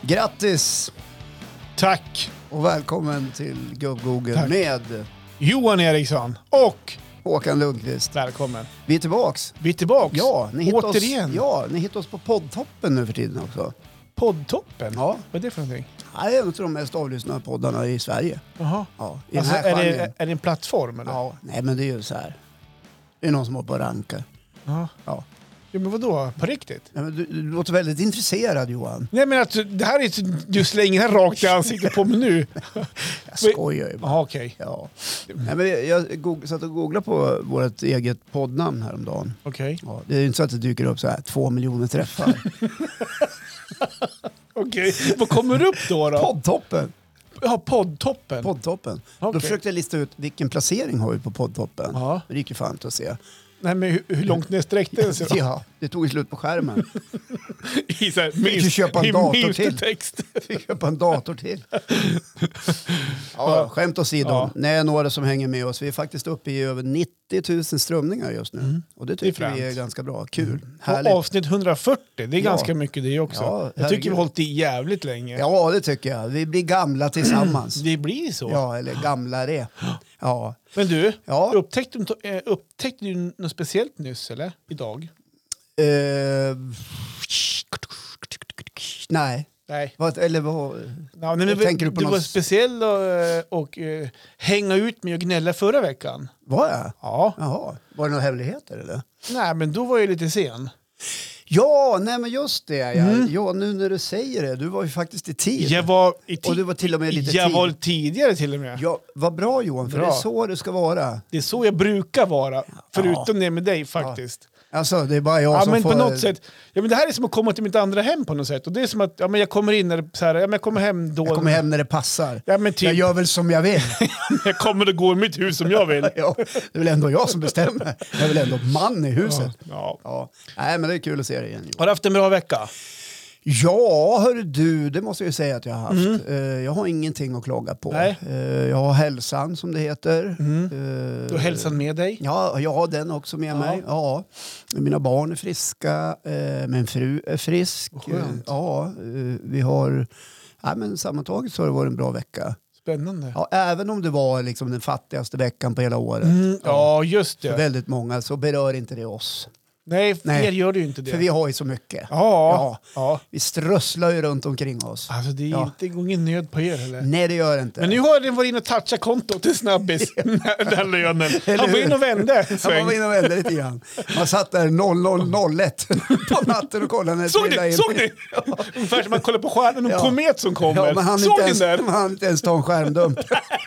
Grattis! Tack! Och välkommen till Gubb-Google med Johan Eriksson och Håkan Lundqvist. Välkommen. Vi är tillbaks. Vi är tillbaks. Ja, ni hittar återigen. ni hittar oss på poddtoppen nu för tiden också. Poddtoppen? Ja. Vad är det för någonting? Ja, det är en av de mest avlyssnade poddarna i Sverige. Jaha. Ja, i Alltså, den här är det en plattform eller? Ja, nej men det är ju så här. Det är någon som har på rankar. Jaha. Ja. Ja, men vadå? På riktigt? Ja, men du låter väldigt intresserad, Johan. Nej men alltså, det här är du slänger här rakt i ansiktet på mig nu. Jag skojar ju bara. Jaha, okej. Ja. Nej, men jag satt och googlade på vårt eget poddnamn häromdagen. Okej. Ja, det är inte så att det dyker upp så här 2 miljoner träffar. Okej. Vad kommer upp då? Poddtoppen. Ja, poddtoppen. Poddtoppen. Okej. Då försökte jag lista ut vilken placering har vi på poddtoppen. Ja. Det gick ju fan inte att se. Nej men hur långt ner sträckte den sig då? Ja, det tog ju slut på skärmen. I så här, Fick köpa en dator till. text. Fick köpa en dator till. Ja, skämt åsido. Ja. Nej, några som hänger med oss. Vi är faktiskt uppe i över 90 000 strömningar just nu. Och det tycker Det är vi är fränt. ganska bra. Kul. Och Härligt. avsnitt 140, det är ganska mycket det också. Ja, jag tycker herregud. vi har hållit i jävligt länge. Ja, det tycker jag. Vi blir gamla tillsammans. Det blir så. Ja, eller gamlare. Ja. Men du, Ja. upptäckte du något speciellt nyss eller? Idag? Nej. Nej. Eller vad? Ja, nej men, tänker du på du någon var speciell och hänga ut med och gnälla förra veckan. Var jag? Ja. Jaha. Var det några hemligheter eller? Nej, men då var jag lite sen. Ja, nej men just det. Ja, nu när du säger det. Du var ju faktiskt i tid. Jag var i Och du var till och med lite Jag tid. var tidigare till och med. Ja, vad bra Johan, för Bra. det är så det ska vara. Det är så jag brukar vara. Förutom det med dig faktiskt. Alltså, det är bara jag Ja, som men får... på något sätt. Ja, men det här är som att komma till mitt andra hem på något sätt. Och det är som att men jag kommer in när så här, men jag kommer hem då. Jag kommer hem när det passar. Ja, men typ. Jag gör väl som jag vill. Jag kommer att gå i mitt hus som jag vill. Ja, det är väl ändå jag som bestämmer. Jag är väl ändå man i huset. Ja. Ja. Nej, men det är kul att se dig igen. Johan. Har du haft en bra vecka? Ja, hörru du, det måste jag ju säga att jag har haft. Jag har ingenting att klaga på. Nej. Jag har hälsan, som det heter. Du har hälsan med dig? Ja, jag har den också med mig. Ja. Mina barn är friska, min fru är frisk. Skönt. Ja, vi har... Ja, men sammantaget så har det varit en bra vecka. Spännande. Ja, även om det var liksom den fattigaste veckan på hela året. Ja, just För det. väldigt många så berör inte det oss. Nej, Nej. fler gör det ju inte det. För vi har ju så mycket. Ja. Vi strösslar ju runt omkring oss. Alltså det är inte ingen nöd på er heller. Nej, det gör det inte. Men nu har den varit in och touchat kontot till snabbis. Den lönen. Han var in och vände en Han sväng. var inne och vände lite grann. Man satt där 0001 på natten och kollade när det Såg trillade ni? in. Såg ni? Ungefär som man kollar på stjärnan, en Ja. komet som kommer. Ja, men han Såg ni där? hann inte ens ta en skärmdump.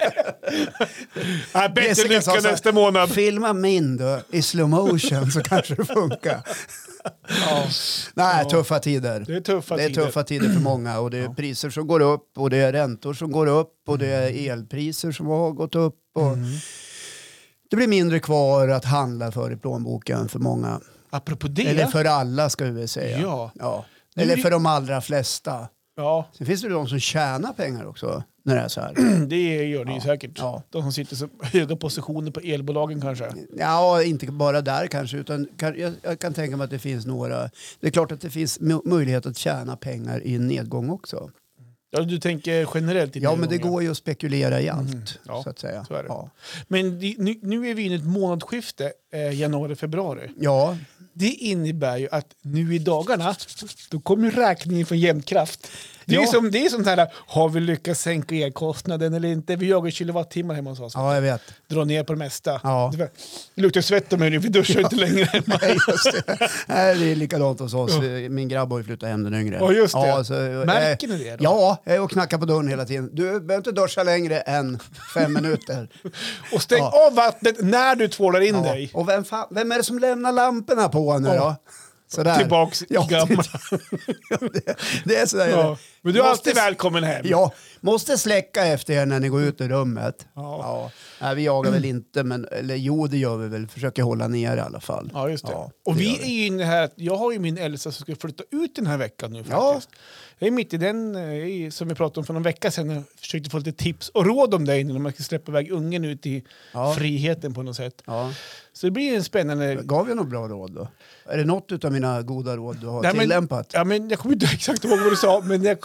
Bättre Jessica sa lycka så här, nästa månad. filma min då i slow motion så kanske det funkar. Ja. Nej, tuffa tider. Det är tuffa Det är tider. tuffa tider för många och det är priser som går upp och det är räntor som går upp och det är elpriser som har gått upp och det blir mindre kvar att handla för i plånboken för många. Apropå det. Eller för alla ska vi väl säga. Ja. Eller för de allra flesta. Ja, Sen finns det ju de som tjänar pengar också när det är så här. det gör det ju säkert. Ja. De som sitter så höga positioner på elbolagen kanske. Ja, inte bara där kanske, utan jag kan tänka mig att det finns några. Det är klart att det finns möjlighet att tjäna pengar i en nedgång också. Ja, du tänker generellt i Ja, men det nedgången. går ju att spekulera i allt, Ja, så att säga. så är det. Ja. Men nu är vi inne i ett månadsskifte, januari-februari. Ja, Det innebär ju att nu i dagarna, då kommer räkningen från Jämtkraft. Det är, Ja. det är sånt här, har vi lyckats sänka elkostnaden eller inte? Vi jagar kilowattimmar hemma hos oss. ja, jag vet. Dra ner på det mesta. Ja. Det luktar svett om mig nu, vi duschar inte längre hemma. Nej, just det. Nej, det är likadant hos oss. Min grabb har ju flyttat hem den yngre. Ja, just det. Ja, så, Märker ni det då? Ja, jag är och knackar på dörren hela tiden. Du behöver inte duscha längre än 5 minuter. Och stäng av vattnet när du tvålar in dig. Och vem är det som lämnar lamporna på nu då? Sådär. Tillbaks gammal. Det är sådär. Ja. Men du är Måste- alltid välkommen hem. Ja, måste släcka efter er när ni går ut ur rummet. Ja. Nej, vi jagar väl inte, men eller jo, det gör vi väl. Försöker hålla ner i alla fall. Ja, just det. Ja, och det vi gör vi. är ju inne här, jag har ju min Elsa som ska flytta ut den här veckan nu Ja. faktiskt. Jag är mitt i den, som vi pratade om för någon vecka sedan. Jag försökte få lite tips och råd om dig när man ska släppa iväg ungen ut i friheten på något sätt. Ja. Så det blir en spännande... Gav jag något bra råd då? Är det något av mina goda råd du har tillämpat? Ja, men jag kommer inte exakt ihåg vad du sa, men jag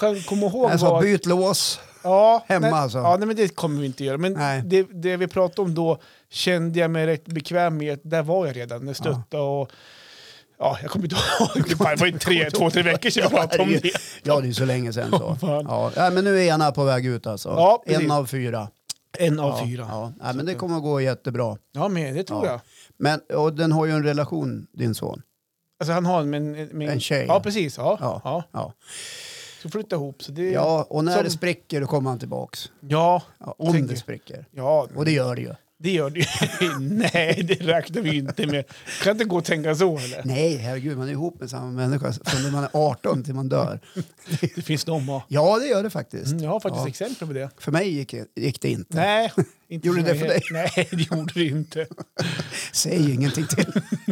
kan komma ihåg alltså, byt lås hemma alltså. Ja, nej, men det kommer vi inte göra. Men det vi pratade om då kände jag mig rätt bekväm med. Där var jag redan. Jag stötta och... Ja, jag kommer inte ihåg. Det var ju 2-3 veckor sedan jag pratade om det. Ja, det är så länge sedan så. Ja, men nu är ena på väg ut alltså. Ja, 1 av 4. 1 av 4. Ja, men det kommer att gå jättebra. Ja, men det tror jag. Men, och den har ju en relation, din son. Alltså han har en tjej. Ja, precis. Ja. Så flytta ihop. Så det, och när det spricker då kommer han tillbaks. Ja. Om det spricker. Ja. Och det gör det ju. Det gör det ju. Nej, det räknar vi inte med. Kan inte gå och tänka så eller? Nej, herregud, man är ihop med samma människa från man är 18 till man dör. Det finns de. Ja, det gör det faktiskt. Jag har faktiskt exempel på det. För mig gick det inte. Nej, inte gjorde det för dig? Nej, det gjorde det inte. Säg ingenting till.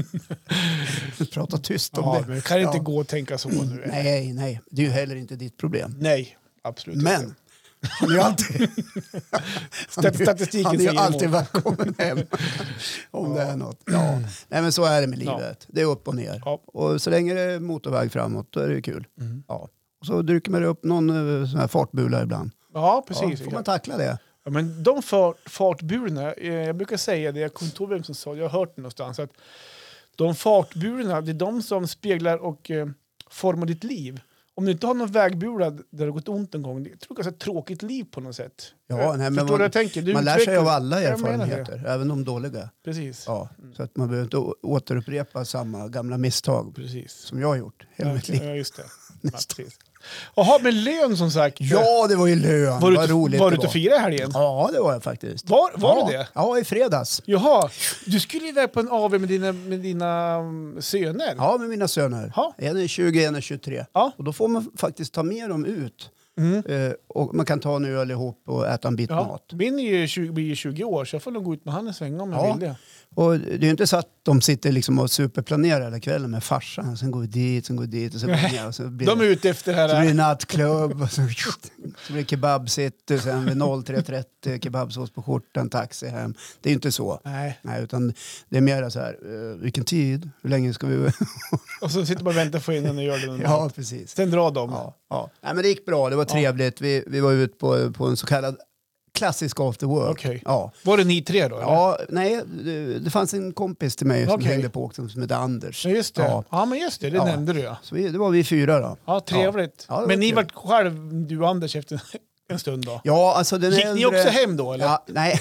Prata tyst om det. Men kan inte gå och tänka så nu. Nej, det är ju heller inte ditt problem. Nej, absolut inte. Men han är ju alltid statistiken han är ju alltid välkommen hem om det är något. Ja. Nej, men så är det med livet. Det är upp och ner. Ja. Och så länge det är motorväg framåt då är det kul. Ja. Och så drycker man upp någon sån här fartbula ibland. Ja, precis. Får man tackla det. Ja, men de fartburna, jag brukar säga det, jag kommer inte ihåg vem som sa, jag har hört det någonstans, att de fartburna, det är de som speglar och formar ditt liv. Om du inte har någon vägbula där det har gått ont en gång, det är ett tråkigt liv på något sätt. Ja, nej, men man lär sig av alla erfarenheter, även de dåliga. Precis. Ja, så att man behöver inte återupprepa samma gamla misstag som jag har gjort hela mitt liv. Ja, just det. Ja, precis. Jaha, men lön som sagt. Ja, det var ju lön. Vad roligt var du ute och firade här igen? Ja, det var jag faktiskt. Var det det? Ja, i fredags. Jaha, du skulle iväg på en AW med dina söner? Ja, med mina söner. Ha? En är 20, en är 23. Ja. Och då får man faktiskt ta med dem ut. Och man kan ta en öl ihop och äta en bit mat. Min blir ju 20 år så jag får nog gå ut med han en sväng om jag vill det. Och det är ju inte så att de sitter liksom och superplanerar hela kvällen med farsan. Sen går vi dit, sen går vi dit och så blir ner. Och så blir de är ute efter det här. Så blir det nattklubb och så blir det kebabcity. Sen vid 03.30 kebabsås på skjortan, taxi hem. Det är ju inte så. Nej, utan det är mer så här, vilken tid? Hur länge ska vi... Och så sitter man och väntar på innan och gör det. Ja, precis. Sen drar de. Ja. Nej, men det gick bra, det var trevligt. Vi var ute på en så kallad klassisk after work. Okay. Ja. Var det ni tre då? Eller? Ja, nej, det fanns en kompis till mig som hängde på också, som heter Anders. Ja, just det. Ja, men just det nämnde du. Ja. Så det var vi 4 då. Ja, trevligt. Ja, men ni var själv, du och Anders, efter en stund då? Ja, alltså den gick ni också hem då, eller? Ja, nej.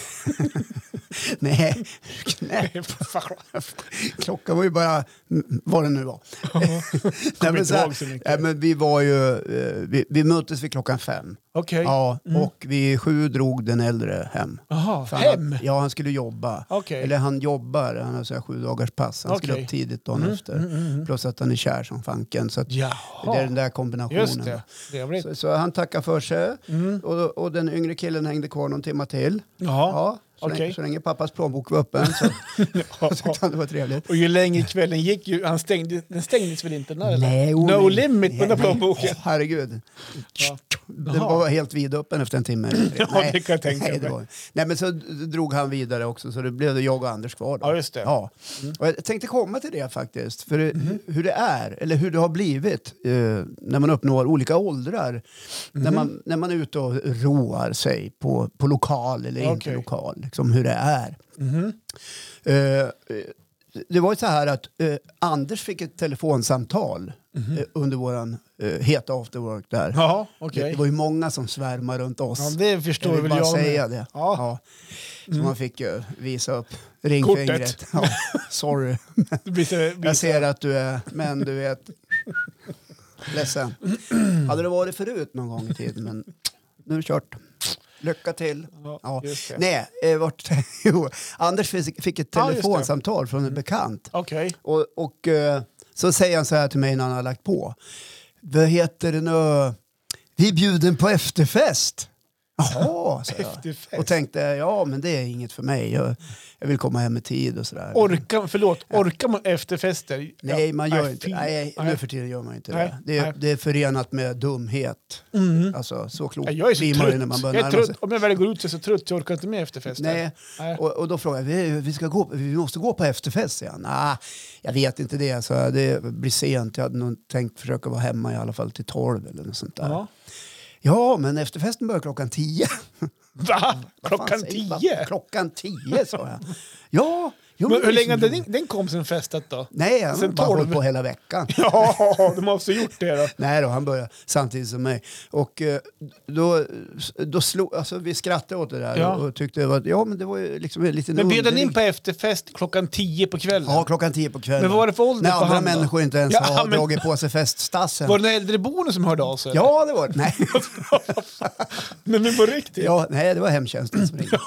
Nej. Klockan var ju bara vad det nu var. Men vi var ju vi möttes vid klockan 5. Okej. Ja, och vid 7 drog den äldre hem. Aha, hem? Ja, han skulle jobba. Okay. Eller han jobbar, han har så här 7 dagars pass. Han skulle upp tidigt dagen efter. Plus att han är kär som fanken. Så att det är den där kombinationen. Just det. Så han tackade för sig. Och den yngre killen hängde kvar någon timme till. Jaha. Ja, så länge pappas plånbok var öppen så tyckte han det var trevligt. Och ju längre kvällen gick, den stängdes väl inte? Nej, no limit på den plånboken. Herregud. Den var helt vidöppen efter en timme. Det kan jag tänka mig. Nej, men så drog han vidare också, så det blev jag och Anders kvar då. Ja, just det. Ja. Och jag tänkte komma till det faktiskt. För hur det är, eller hur det har blivit när man uppnår olika åldrar. När man är ute och roar sig på lokal eller inte lokal. Liksom hur det är. Det var ju så här att Anders fick ett telefonsamtal under våran heta afterwork där. Jaha, okej. Det var ju många som svärmar runt oss. Ja, det förstår jag väl jag. Säga det. Ja. Så man fick visa upp ringfingret. Ja, sorry. Jag ser att du är, men du vet, ledsen. Hade det varit förut någon gång i tiden, men nu är det kört. Lycka till. Ja. Nej, Anders fick ett telefonsamtal från en bekant. Okay. Och så säger han så här till mig när han har lagt på. Vad heter det nu? Vi bjuder på efterfest. Jaha, så jag. Och tänkte, ja men det är inget för mig. Jag vill komma hem med tid och sådär. Orkar man efterfester? Nej, man gör inte. Nej, nu för tiden gör man inte det. Det är förenat med dumhet. Alltså, så klokt blir man när man börjar närma sig. Om jag väl går ut så trött, jag orkar inte med efterfester. Nej. Och då frågar jag, vi måste gå på efterfest, säger han. Nej, jag vet inte det. Så det blir sent. Jag hade nog tänkt försöka vara hemma i alla fall till 12 eller något sånt där. Ja, men efterfesten börjar klockan 10. Va? Klockan 10? Klockan 10, sa jag. Ja. Jo, men hur länge hade den kompisen festat då? Nej, han har bara hållit på hela veckan. Ja, de har också gjort det då. Nej då, han började samtidigt som mig. Och då slog, alltså vi skrattade åt det där och tyckte att men det var ju liksom lite... Men bjöd han in på efterfest klockan 10 på kvällen? Ja, klockan 10 på kvällen. Men vad var det för ålder på andra människor inte ens har dragit på sig feststassen. Var det en äldreboende som hörde av sig? Ja, det var det. Nej. Men på riktigt? Ja, nej, det var hemtjänsten som ringde.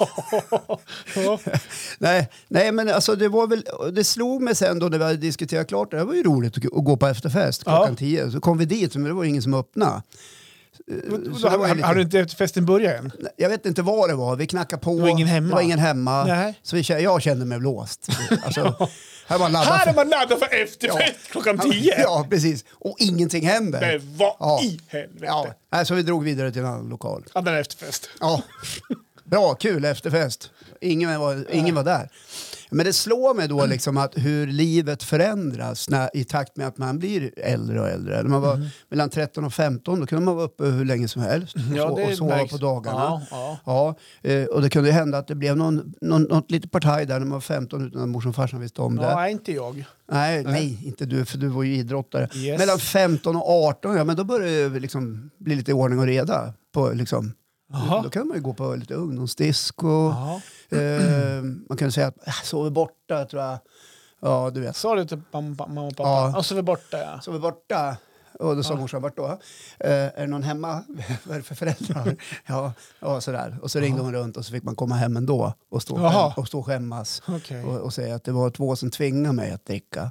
Nej, men alltså det slog mig sen då när vi hade diskuterat klart. Det var ju roligt att gå på efterfest klockan 10. Så kom vi dit, men det var ingen som öppnade. Har du inte efterfesten börjat än? Jag vet inte vad det var. Vi knackade på. Det var ingen hemma. Det var ingen hemma. Nej. Så jag kände mig blåst. Alltså, här är man laddad för efterfest klockan 10. Ja, precis. Och ingenting händer. Men vad i helvete? Ja. Så vi drog vidare till en annan lokal. Ja, den efterfest. Ja. Bra, kul efterfest. Ingen var där. Men det slår mig då liksom att hur livet förändras i takt med att man blir äldre och äldre. När man var mellan 13 och 15 då kunde man vara uppe hur länge som helst och sova på dagarna. Ja. Och det kunde hända att det blev något litet partaj där när man var 15 utan att morsan och farsan visste om det. Ja, inte jag. Nej, inte du, för du var ju idrottare. Yes. Mellan 15 och 18, men då började det liksom bli lite ordning och reda på liksom. Då kan man ju gå på lite ungdomsdisco. Man kan säga att sover borta, tror jag. Ja, du vet. Sa du till mamma och pappa? Ja, sover borta, ja. Sover borta. Och då sa morsan, vart då? Är det någon hemma? Vad är det för föräldrar? ja, sådär. Och så ringde hon runt och så fick man komma hem ändå och stå och skämmas. Okay. Och säga att det var 2 som tvingade mig att dricka.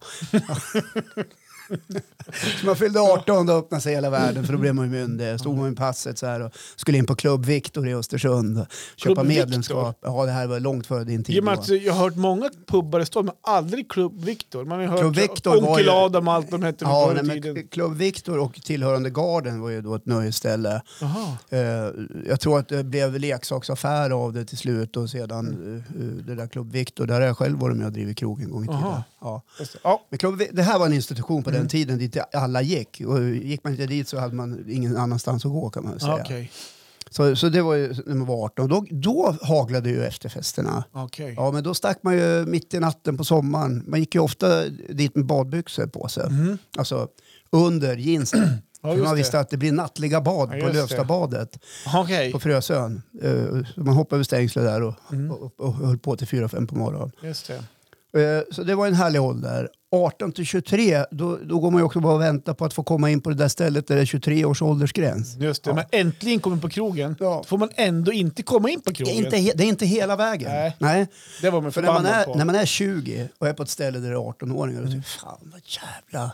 Så man fyllde 18 och öppnade sig hela världen, för då blev man ju myndig. Stod man i passet så här och skulle in på Club Victor i Östersund. Köpa medlemskap. Ja, det här var långt före din tid. Jag har hört många klubbar i stan, men aldrig Club Victor. Man har hört Club Victor Onkel Adam och allt de hette på tiden. Club Victor och tillhörande Garden var ju då ett nöjesställe. Jag tror att det blev leksaksaffär av det till slut, och sedan det där Club Victor, där har jag själv varit med och drivit krog en gång i tiden. Men det här var en institution på den tiden dit alla gick. Och gick man inte dit så hade man ingen annanstans att gå, kan man säga. Okay. Så det var ju när man var 18. Då haglade ju efterfesterna. Okay. Ja, men då stack man ju mitt i natten på sommaren. Man gick ju ofta dit med badbyxor på sig. Alltså under jeansen. Man visste att det blir nattliga bad på Lövstabadet på Frösön. Man hoppade över stängslet där och höll på till 4-5 på morgonen. Just det. Så det var en härlig ålder. 18 till 23, då går man ju också bara och väntar på att få komma in på det där stället där det är 23 års åldersgräns. Just det, men äntligen kommer på krogen. Får man ändå inte komma in på krogen. Det är inte hela vägen. Nej. Det var man förbannad på. När man är 20 och är på ett ställe där det är 18-åringar och tycker, fan vad jävla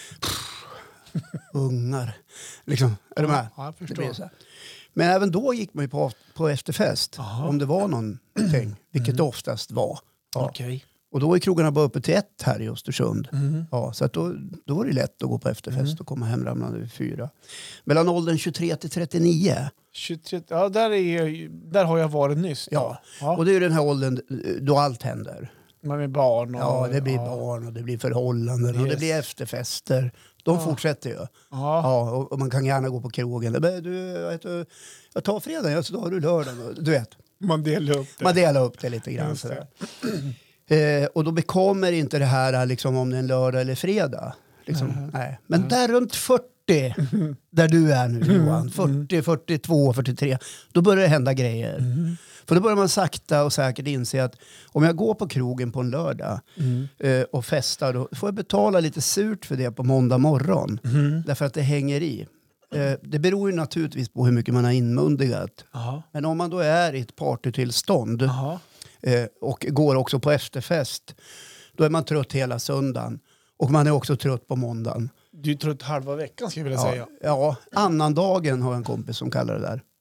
ungar. Liksom, är du med? Ja, jag förstår. Men även då gick man ju på efterfest. Om det var någonting, vilket det oftast var. Ja. Okay. Och då är krogarna bara uppe till 1 här i Östersund. Ja, så att då var det lätt att gå på efterfest och komma hem ramlande vid 4. Mellan åldern 23 till 39. 23, ja, där har jag varit nyss. Ja. Och det är ju den här åldern då allt händer. Man är barn. Och, det blir barn och det blir förhållanden och det blir efterfester. De fortsätter ju. Ja, och man kan gärna gå på krogen. Jag tar fredagen, så då har du lördagen. Du vet. Man delar upp det lite grann. Sådär. Och då bekommer inte det här liksom, om det är en lördag eller fredag. Liksom, nej. Men där runt 40, där du är nu Johan, 40, 42, 43, då börjar det hända grejer. För då börjar man sakta och säkert inse att om jag går på krogen på en lördag och festar, då får jag betala lite surt för det på måndag morgon. Därför att det hänger i. Det beror ju naturligtvis på hur mycket man har inmundigat. Men om man då är i ett partytillstånd och går också på efterfest, då är man trött hela söndagen. Och man är också trött på måndagen. Du är trött halva veckan, skulle jag vilja säga. Ja, annandagen har jag en kompis som kallar det där.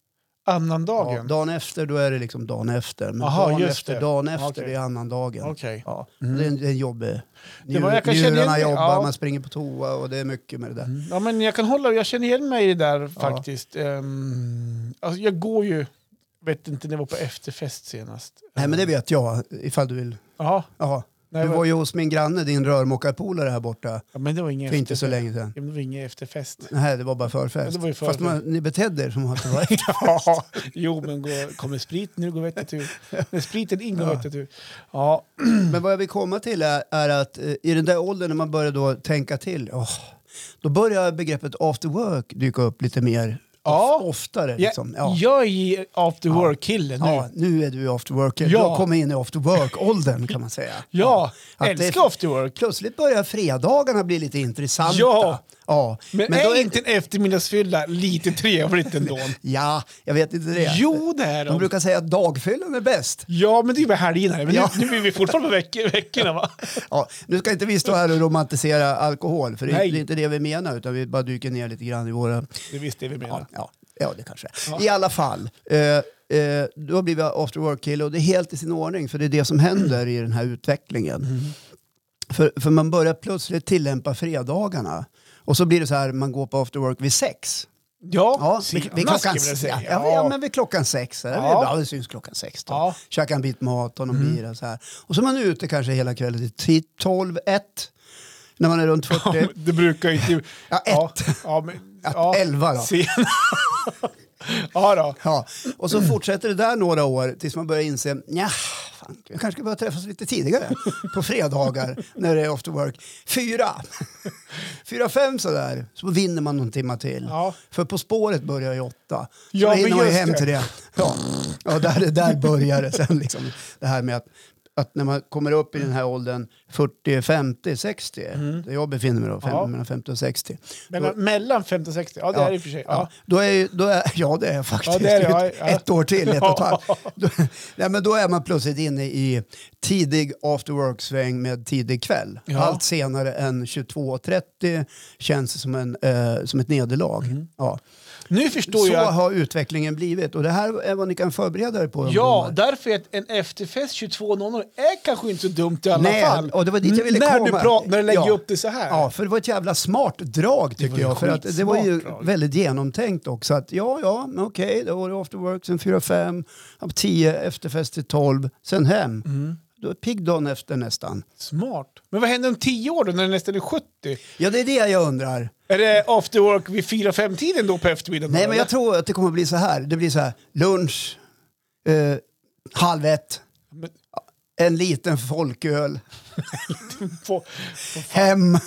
Annandagen? Ja, dagen efter, då är det liksom dagen efter. Men Aha, dagen just efter, det. dagen efter Okej. det är annandagen. Okej. Ja, det är en jobbig... jag kan känna Njurarna igen- jobbar, ja. man springer på toa och det är mycket med det där. Ja, men jag känner igen mig i det där faktiskt. Alltså, jag går ju, vet inte när jag var på efterfest senast. Nej, men det vet jag, ifall du vill. Ja. Ja. Nej, Du var ju hos min granne, din rörmokarpolare här borta, Ja, men det var ingen för inte så efterfest. länge sedan. Ja, men det var ingen efterfest. Nej, det var bara förfest. Ja, det var ju Fast förfest. ni betedde er som att det var efterfest. Ja, jo, men kommer spriten nu går vettet ur. När spriten in går vettet ur. Ja. Men vad jag vill komma till är att i den där åldern när man börjar då tänka till, då börjar begreppet after work dyka upp lite mer oftare. Liksom. Ja. Jag är ju after work-kille nu. Ja, nu är du after work. Ja. Du har kommit in i after work-åldern kan man säga. Ja, Att älskar after work. Plötsligt börjar fredagarna bli lite intressanta. Ja. Ja. Men då är inte en eftermiddagsfylla lite trevligt ändå? Ja, jag vet inte det. Jo, det är De brukar säga att dagfyllan är bäst. Ja, men det är ju bara helgerna. Men Ja. nu är vi fortfarande på veckorna, va? Ja, nu ska inte vi stå här och romantisera alkohol, för det Nej. är inte det vi menar, utan vi bara dyker ner lite grann i våra... Det är visst det vi menar. Ja, det kanske är. Ja. I alla fall, då blir vi after work-kille och det är helt i sin ordning, för det är det som händer i den här utvecklingen. För man börjar plötsligt tillämpa fredagarna. Och så blir det så här, man går på after work vid 6. Ja, vid klockan, men vid klockan 6. Det är bra, det syns klockan 6 då. Ja. Käka en bit mat och någon bira så här. Och så är man ute kanske hela kvällen till 12, 1. När man är runt 40. Det brukar inte... Ja, 1. Ja, men, 11 då. Sen. Ja då. Ja. Och så fortsätter det där några år tills man börjar inse, jag kanske ska börja träffas lite tidigare på fredagar när det är after work. 4-5 sådär, så vinner man någon timma till. Ja. För På spåret börjar ju 8. Så Ja, då hinner men man ju just hem det. till det. Ja, där börjar det sen liksom. Det här med att när man kommer upp i den här åldern 40, 50, 60, där jag befinner mig då, mellan 50 och 60. Mellan 50 och 60, ja det är det i och för sig. Ja. Då är jag faktiskt. Ja, det är det, ja. Ett år till, 1,5. Men då är man plötsligt inne i tidig after work-sväng med tidig kväll. Ja. Allt senare än 22.30 känns som ett nederlag. Ja. Nu förstår Så jag... har utvecklingen blivit, och det här är vad ni kan förbereda er på. Ja, därför är en efterfest 22.00 är kanske inte så dumt i alla fall. Och det var dit jag ville komma. När du lägger upp det så här. Ja, för det var ett jävla smart drag tycker jag. För att det var ju väldigt genomtänkt också. Att men okej, då var det after work, sen 4-5, 10 efterfest till 12, sen hem. Då är pigg dagen efter nästan. Smart. Men vad händer om 10 år då när det nästan är 70? Ja, det är det jag undrar. Är det after work vid 4-5-tiden då på eftermiddagen? Nej, men jag tror att det kommer att bli så här. Det blir så här, lunch, 12:30, Men, en liten folköl, på hem,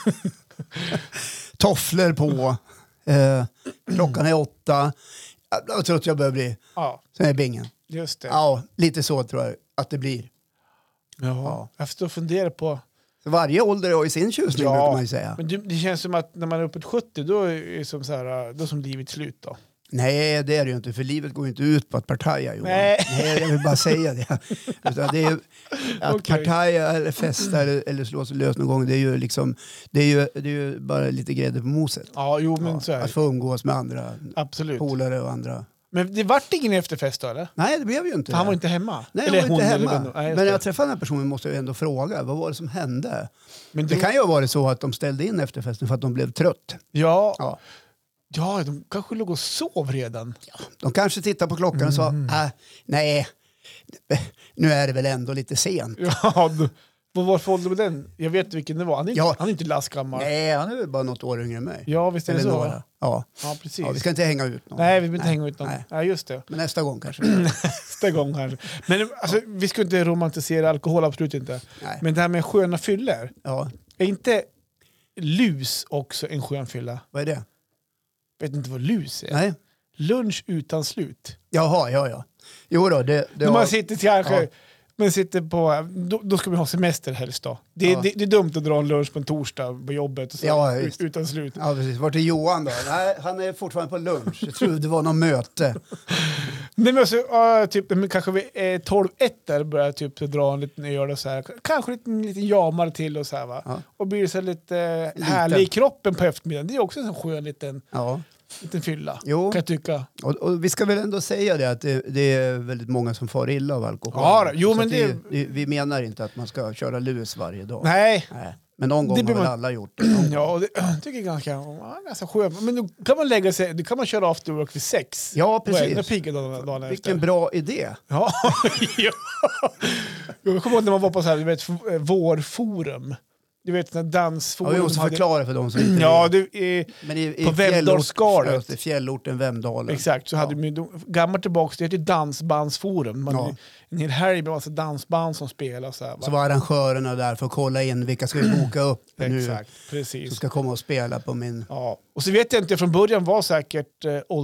tofflor på, klockan är 8. Jag tror att jag börjar bli, ja, sen är bingen. just det. Ja, lite så tror jag att det blir. Ja. Jag står och funderar på... Så varje ålder har ju sin tjusning brukar man ju säga. Men det känns som att när man är uppåt 70 då är det som, så här, då är som livet slut då. Nej, det är det ju inte, för livet går ju inte ut på att partaja. Nej. Nej, jag vill bara säga det. Utan det är ju, att Okej. partaja eller festa eller slå sig lös någon gång, det är ju liksom, det är ju bara lite grädde på moset. Ja, jo men så är Att det. få umgås med andra Absolut. polare och andra. Men det vart ingen efterfest då eller? Nej, det blev ju inte För han det. var inte hemma? Nej, eller han var inte hon, hemma. Eller, nej, just men när det. jag träffade den här personen måste jag ändå fråga, vad var det som hände? Men Det kan ju ha varit så att de ställde in efterfesten för att de blev trött. Ja, Ja. de kanske låg och sov redan. De kanske tittar på klockan och sa, nej, nu är det väl ändå lite sent. Ja, vad var för ålder med den? Jag vet vilken det var. Han är inte lastgammal. Nej, han är väl bara något år yngre än mig. Ja, visst är det Eller så. några. Ja. Ja, precis. Ja, vi ska inte hänga ut någon. Nej, vi vill inte hänga ut någon. Nej. Nej, just det. Men nästa gång kanske. Nästa gång kanske. Men alltså, vi ska inte romantisera alkohol, absolut inte. Nej. Men det här med sköna fyller. Ja, Är inte lus också en skön fylla? vad är det? Vet inte vad lus är? Nej. Lunch utan slut. Jaha, ja. Jo då, det När har... man sitter kanske... Ja. Men sitter på, då ska man ha semester helst då. Det är dumt att dra en lunch på en torsdag på jobbet och så, Ja, just. utan slut. Ja, precis. Vart är Johan då? Nej, han är fortfarande på lunch. Jag trodde det var någon möte. Nej, men alltså, typ, kanske vid 12-1 där börjar jag typ dra en liten öl och så här. Kanske en liten jamare till och så här va. Ja. Och blir det så lite härlig i kroppen på eftermiddagen. Det är också en sån skön liten... Ja. liten fylla. Jo. Kan jag tycka. Och vi ska väl ändå säga det att det är väldigt många som far illa av alkohol. Ja, jo, men vi menar inte att man ska köra lus varje dag. Nej. Men någon gång har väl alla gjort det. Ja, och det tycker jag ganska skönt. Men då kan man lägga sig, då kan man köra after work vid 6. Ja, precis. Dagen Vilken bra idé. Ja. Jag kommer ihåg när man var på så här, vårforum. Du vet, när dansforum... Ja, vi måste förklara för dem som inte... Ja, det på Vemdalsskalet. Fjällorten Vemdalen. Exakt, så hade de gammalt tillbaka, det heter dansbandsforum. En hel helg med massa dansband som spelar. Så var arrangörerna där för att kolla in vilka ska vi boka upp nu. Exakt, precis. Som ska komma och spela på min... Ja, och så vet jag inte, från början var säkert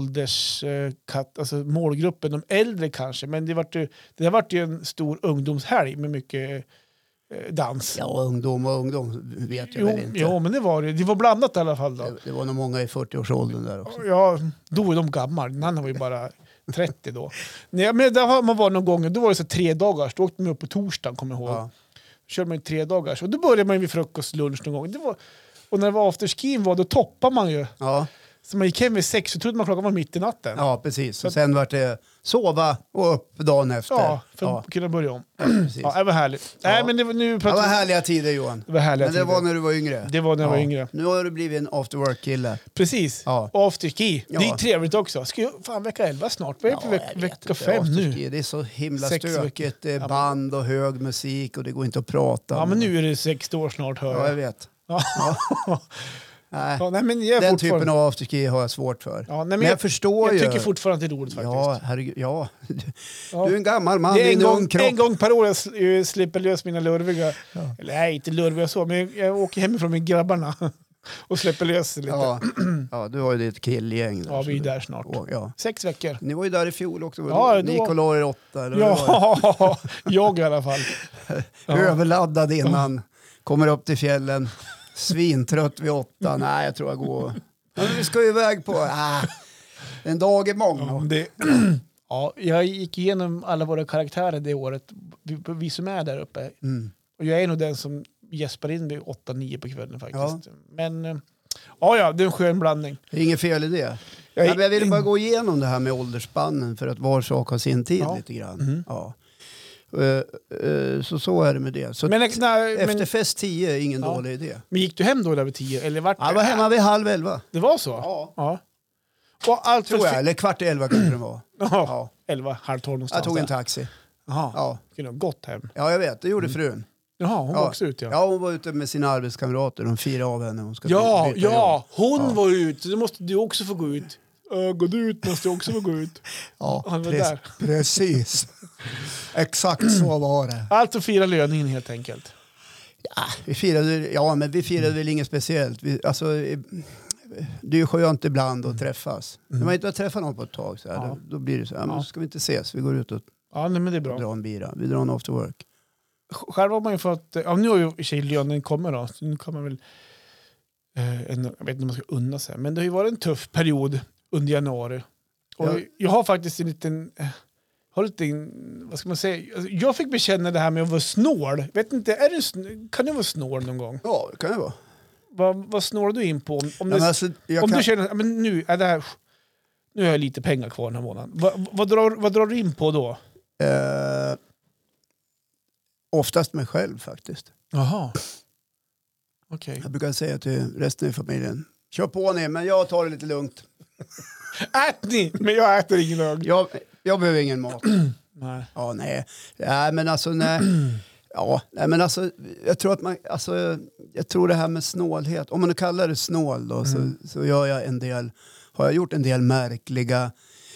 alltså målgruppen, de äldre kanske, men det var ju en stor ungdomshelg med mycket... dans. Ja, ungdom vet jag väl inte. Jo, men det var blandat i alla fall då. Det var nog många i 40-årsåldern där också. Ja, då är de gamla. Nanna var ju bara 30 då. Nej, men där har man varit någon gång, då var det så 3 dagar. Då åkte man upp på torsdagen, kommer jag ihåg. Ja. Körde man 3 dagar. Och då började man vid frukost, lunch någon gång. Och när det var afterskin då toppade man ju. Ja. Så man gick hem vid 6 så trodde man klockan var mitt i natten. Ja, precis. Och sen var det sova och upp dagen efter. Ja, för att kunna börja om. Ja, det var härligt. Ja. Nej, men det var härliga tider, Johan. Det var härliga tider. Men det var när du var yngre. Det var när jag var yngre. Nu har du blivit en after work-kille. Precis. Ja. Och afterski. Ja. Det är trevligt också. Ska jag, vecka 11 snart. Vad är det för vecka 5 nu? Det är så himla stökigt. Det är band och hög musik och det går inte att prata. Ja, men nu är det 60 år snart, hör jag. Ja, jag vet. Ja. Nej. Ja, men den typen av afterski har jag svårt för. Ja, men jag förstår ju. Jag tycker fortfarande att det är roligt faktiskt. Ja, herregud. Ja. Du är en gammal man. Det är en gång per år jag slipper lös mina lurviga. Ja. Eller nej, inte lurviga så. Men jag åker hemifrån med grabbarna. Och släpper lös lite. Ja, du har ju ditt killgäng. Där, ja, vi är där snart. 6 veckor. Ni var ju där i fjol också. Ja, Nikolaj 8. Eller ja, jag i alla fall. Överladdad innan. Kommer upp till fjällen. Svintrött vid 8. Nej, jag tror jag går... Men vi ska ju iväg på... en dag är mång. Ja, jag gick igenom alla våra karaktärer det året. Vi som är där uppe. Mm. Och jag är nog den som gäspar in vid 8-9 på kvällen faktiskt. Ja. Men ja, det är en skön blandning. Det är inget fel i det. Jag vill bara gå igenom det här med åldersspannen för att var sak har sin tid lite grann. Mm. Ja. Så är det med det. Så efterfest 10 är ingen dålig idé. Men gick du hem då över 10? Eller vart jag var hemma vid 10:30. Det var så? Ja. Och allt tror jag, eller 11:15 kanske det var. Ja. 11:30 någonstans. Jag tog en taxi. Jaha, ja. Kunde ha gått hem. Ja, jag vet. Det gjorde frun. Jaha, hon var också ute. Ja, hon var ute med sina arbetskamrater. De firade av henne. Hon ska hon var ute. Så måste du också få gå ut. Gå ut måste jag också få gå ut. Ja, precis. Exakt så var det. Allt att fira löningen helt enkelt. Ja, vi firade väl inget speciellt. Det är ju skönt ibland att träffas. När man inte har träffat någon på ett tag så här, då blir det så här, men ska vi inte ses? Vi går ut och men det är bra. Drar en bira. Vi drar en after work. Själv har man ju fått... nu har ju tjejlönen kommer då. Så nu kan man väl... jag vet inte om man ska unna sig. Men det har ju varit en tuff period under januari. Och jag har faktiskt en liten... vad ska man säga? Alltså, jag fick bekänna det här med att vara snål. Vet inte, kan du vara snål någon gång? Ja, det kan jag vara. Vad snålar du in på? Om du känner men nu är det här... Nu har jag lite pengar kvar den här månaden. Vad drar du in på då? Oftast mig själv faktiskt. Jaha. Okay. Jag brukar säga till resten av familjen, kör på ni, men jag tar det lite lugnt. Ät ni, men jag äter ingen lugnt. Jag behöver ingen mat. Nej. Ja, nej. Ja, men alltså, nej. Ja, nej, men alltså, jag tror att jag tror det här med snålhet, om man nu kallar det snål då, så gör jag har jag gjort en del märkliga,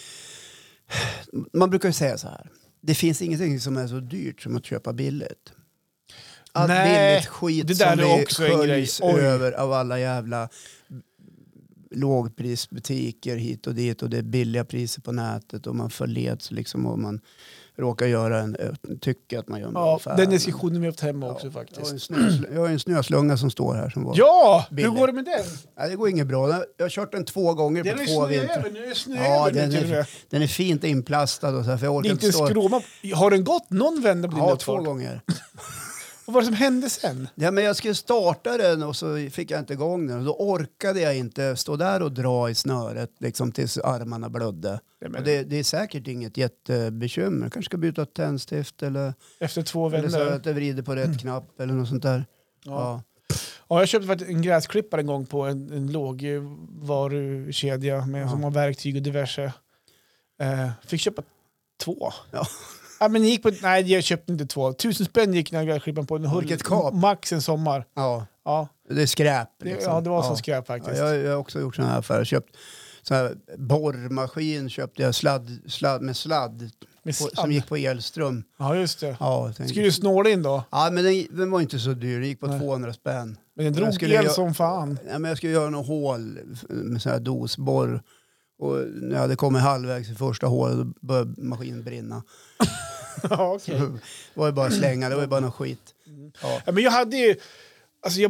man brukar ju säga så här, det finns ingenting som är så dyrt som att köpa billigt. Allt billigt skit det där som vi sköljs över av alla jävla lågprisbutiker hit och dit, och det är billiga priser på nätet och man förleds liksom, och man råkar göra tycker att man gör en bra affär. Den diskussionen vi har haft hemma också faktiskt. Jag har en snöslunga som står här som var billig. Hur går det med den? Nej, det går inget bra. Jag har kört den 2 gånger på 2 vintrar. Den är fint inplastad och så här, för jag orkar inte stå. Har den gått någon vända på din 2 gånger. Vad var det som hände sen? Ja, men jag skulle starta den och så fick jag inte igång den. Och då orkade jag inte stå där och dra i snöret liksom, tills armarna blödde. Och det är säkert inget jättebekymmer. Jag kanske ska byta ett tändstift eller... Efter 2 vänner. Eller så att jag vrider på rätt knapp eller något sånt där. Ja, jag köpte faktiskt en gräsklippare en gång på en lågvarukedja med som har verktyg och diverse. Fick köpa 2. Ja. Men jag köpte inte 2. 1000 spänn gick när gräsklipparen på en hull. Max en sommar. Ja. Det är skräp. Liksom. Det var som skräp faktiskt. Ja, jag har också gjort sådana här affärer. Köpt sån här borrmaskin, köpte jag med sladd. Som gick på elström. Ja, just det. Ja, skulle du snåla in då? Ja, men den var inte så dyr. Den gick på 200 spänn. Men den drog el som fan. Ja, men jag skulle göra någon hål med sån här dosborr. Och när jag hade kommit halvvägs i första hålet då började maskinen brinna. Ja, okej. Det var ju bara att slänga, det var ju bara någon skit. Ja, men jag hade ju... Alltså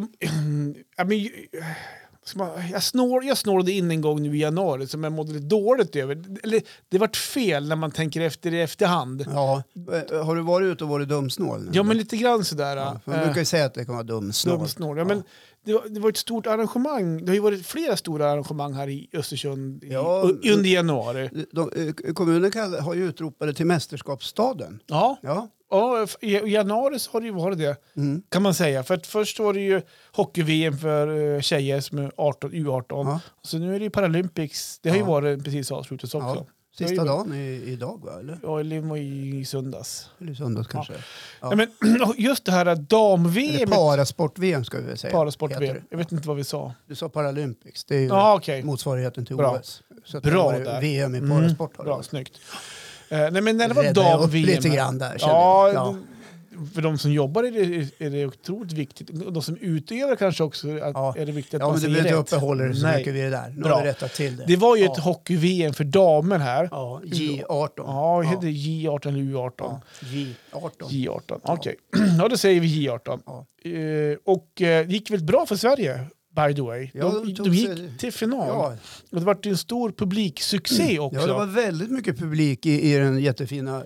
jag snårade in en gång nu i januari som jag mådde lite dåligt över. Eller, det vart fel när man tänker efter i efterhand. Ja. Har du varit ute och varit dumsnål? Ja, men lite grann sådär. Ja, man brukar ju säga att det kan vara dumsnål. Ja, men det var ett stort arrangemang. Det har ju varit flera stora arrangemang här i Östersund under januari. Kommunen har ju utropat till mästerskapsstaden. Ja, i januari så har det ju varit det, kan man säga. För att först var det ju hockey-VM för tjejer som är U18. Ja. Så nu är det ju Paralympics. Det har ju varit precis avslutat också. Ja. Sista dagen idag, va? Eller? Ja, det var i söndags. Eller i söndags kanske. Ja. Men just det här dam-VM... Eller parasport-VM ska vi väl säga. Parasport-VM. Jag vet inte vad vi sa. Du sa Paralympics. Det är ju motsvarigheten till OS. Så bra där. VM i parasport. Bra, snyggt. Nej, men när det var dam-VM... lite grann där. Ja. För de som jobbar är det otroligt viktigt. Och de som utövar kanske också är det viktigt att man säger rätt. Ja, men du behöver inte uppehålla dig så mycket vid det där. Nu har vi rättat till det. Det var ju ett hockey-VM för damer här. Ja, J18. Ja, det heter J18 eller U18. Ja, J18, okej. Ja, då säger vi J18. Ja. Och det gick väl bra för Sverige, by the way. De gick till final. Ja. Och det var en stor publiksuccé också. Ja, det var väldigt mycket publik i den jättefina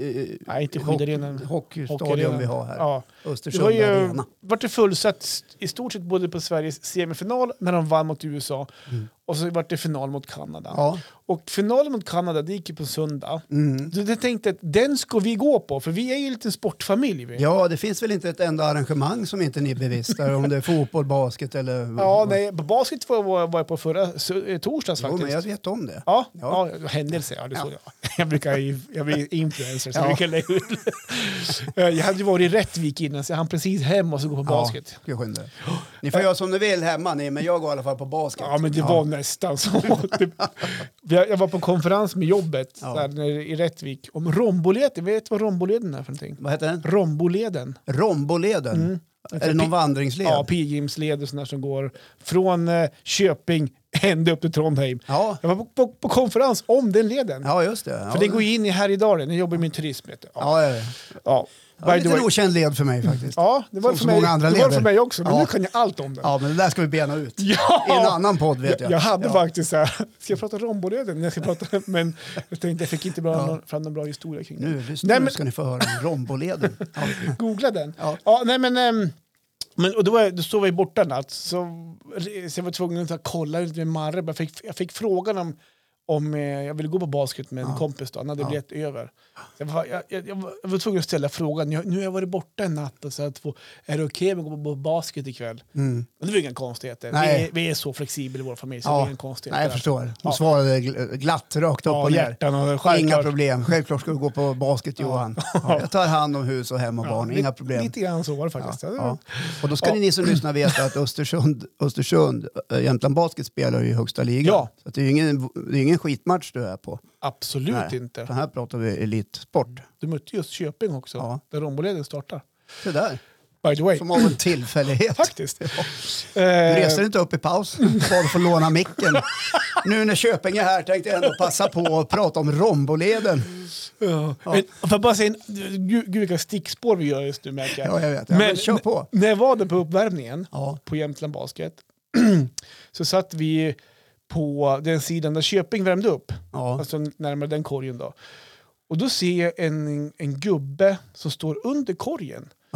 hockeystadion vi har här. Ja. Östersund Arena. Det var ju fullsatt i stort sett både på Sveriges semifinal när de vann mot USA och så var det final mot Kanada. Ja. Och finalen mot Kanada, det gick ju på söndag. Så jag tänkte att den ska vi gå på, för vi är ju en liten sportfamilj. Ja, det finns väl inte ett enda arrangemang som inte ni bevistar, om det är fotboll, basket eller... Ja, nej, basket var jag på förra torsdags faktiskt. Men jag vet om det. Ja, händelse, det såg jag. Jag blir influencer, så jag lägga ut. Jag hade ju varit i Rättvik innan, så jag hann precis hem och så gå på basket. Ni får göra som ni vill hemma, men jag går i alla fall på basket. Ja, men det var nästan så. Jag var på konferens med jobbet där i Rättvik om Romboleden. Vet du vad Romboleden är för någonting? Vad heter den? Romboleden. Romboleden? Är det någon vandringsled? Ja, pilgrimsled och sådär som går från Köping ända upp till Trondheim. Ja. Jag var på konferens om den leden. Ja, just det. För det går in i Härjedalen. Jag jobbar med turism. Ja. Det var lite en okänd led för mig faktiskt. Ja, det var för mig också. Men nu kan jag allt om det. Ja, men det där ska vi bena ut. I en annan podd vet jag. Jag hade faktiskt så här, ska jag prata Romboleden? Men jag tänkte jag fick inte fram någon bra historia kring det. Nu ska ni få höra om Romboleden. Googla den. Ja, nej men och då stod vi borta natt. Så jag var tvungen att kolla lite med Marre. Jag fick frågan om jag ville gå på basket med en kompis då. Han hade blivit över. Jag var tvungen att ställa frågan. Nu har jag varit borta en natt och så är det okej med att gå på basket ikväll? Men det var inga konstigheter. Vi är så flexibla i vår familj så det är ingen konstighet. Nej, jag förstår. Hon svarade glatt rakt upp och ner. Inga problem. Självklart ska du gå på basket, Johan. Jag tar hand om hus och hem och barn. Inga problem. Lite grann så var det faktiskt. Och då ska ni som lyssnar veta att Östersund Jämtland Basket spelar i högsta ligan. Så det är ingen skitmatch du är på. Absolut inte. Så här pratar vi elitsport. Du mötte just Köping också, där Romboleden startar. Det där. By the way. Som av en tillfällighet. Faktiskt. Du reser inte upp i paus bara för att låna micken. Nu när Köping är här tänkte jag ändå passa på att prata om Romboleden. Men för att bara säga, gud vilka stickspår vi gör just nu, märker jag. Ja, jag vet. Men kör på. När jag var där på uppvärmningen på Jämtland Basket så satt vi på den sidan där Köping värmde upp. Alltså närmare den korgen då. Och då ser jag en gubbe som står under korgen.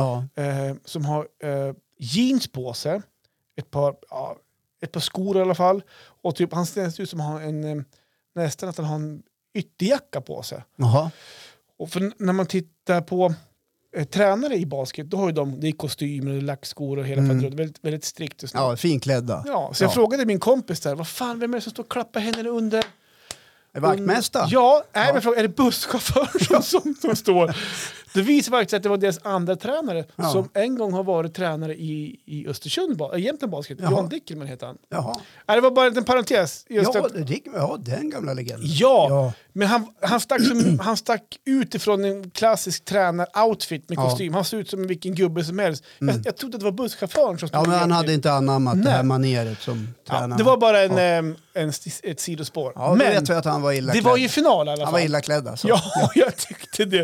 som har jeans på sig, ett par skor i alla fall, och typ han ser ut som har nästan att han har en ytterjacka på sig. Jaha. Och för när man tittar på tränare i basket, då har ju det är kostymer, lackskor och hela det är väldigt, väldigt strikt och snabbt. Ja, finklädda. Ja, så jag frågade min kompis där, vad fan, vem är det som står och klappar händerna under? Vaktmästare? Ja, men fråga, är det busschaufför som står? Det visar faktiskt att det var deras andra tränare som en gång har varit tränare i Östersund, egentligen basket. Jan Dickelman heter han. Jaha. Det var bara en parentes. Just Den gamla legenden. Ja, men han stack utifrån en klassisk tränar-outfit med kostym. Han såg ut som vilken gubbe som helst. Jag trodde att det var busschauffören som stod. Ja, men han hade inte anammat det här maneret som tränare. Det var bara ett sidospår. Ja, men vet vi att han var illa klädd. Det var ju final i alla fall. Han var illa klädd alltså. Ja, jag tyckte det.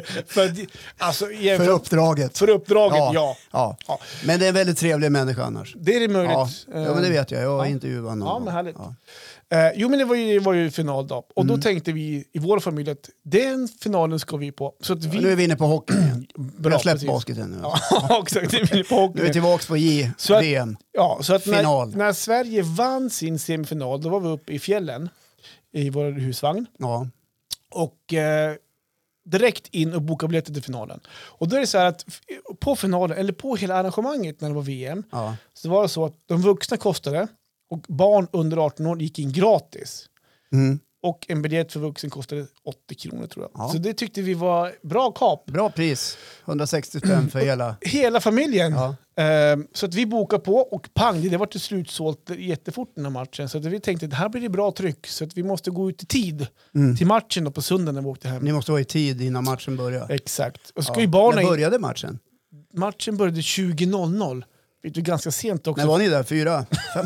För uppdraget. För uppdraget, ja. Men det är en väldigt trevlig människa annars. Det är det möjligt. Ja, men det vet jag. Jag har intervjuat honom. Ja, men härligt. Jo, men det var ju final då. Och då tänkte vi i vår familj att den finalen ska vi på. Så att nu är vi inne på hockey igen. Bra, jag har släppt basket nu. Ja, exakt. Nu är vi på hockey. Nu är vi tillbaka på VM. Så att final. När Sverige vann sin semifinal, då var vi uppe i fjällen i vår husvagn. Ja. Och direkt in och boka biljetter till finalen. Och då är det så här att på finalen, eller på hela arrangemanget när det var VM, så var det så att de vuxna kostade och barn under 18 år gick in gratis. Och en biljett för vuxen kostade 80 kronor tror jag. Så det tyckte vi var bra kap. Bra pris. 160 spänn för hela familjen. Så att vi bokade på och pang, det var till slut sålt jättefort den här matchen. Så att vi tänkte att det här blir det bra tryck. Så att vi måste gå ut i tid till matchen då på söndagen när vi åkte hem. Ni måste vara i tid innan matchen börjar. Exakt. Och ska ju barnen... När började matchen? Matchen började 20.00. Det är ganska sent också. När var ni där? 4?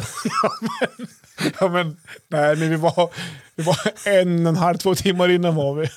5? Nej, men vi var 1,5-2 timmar innan var vi.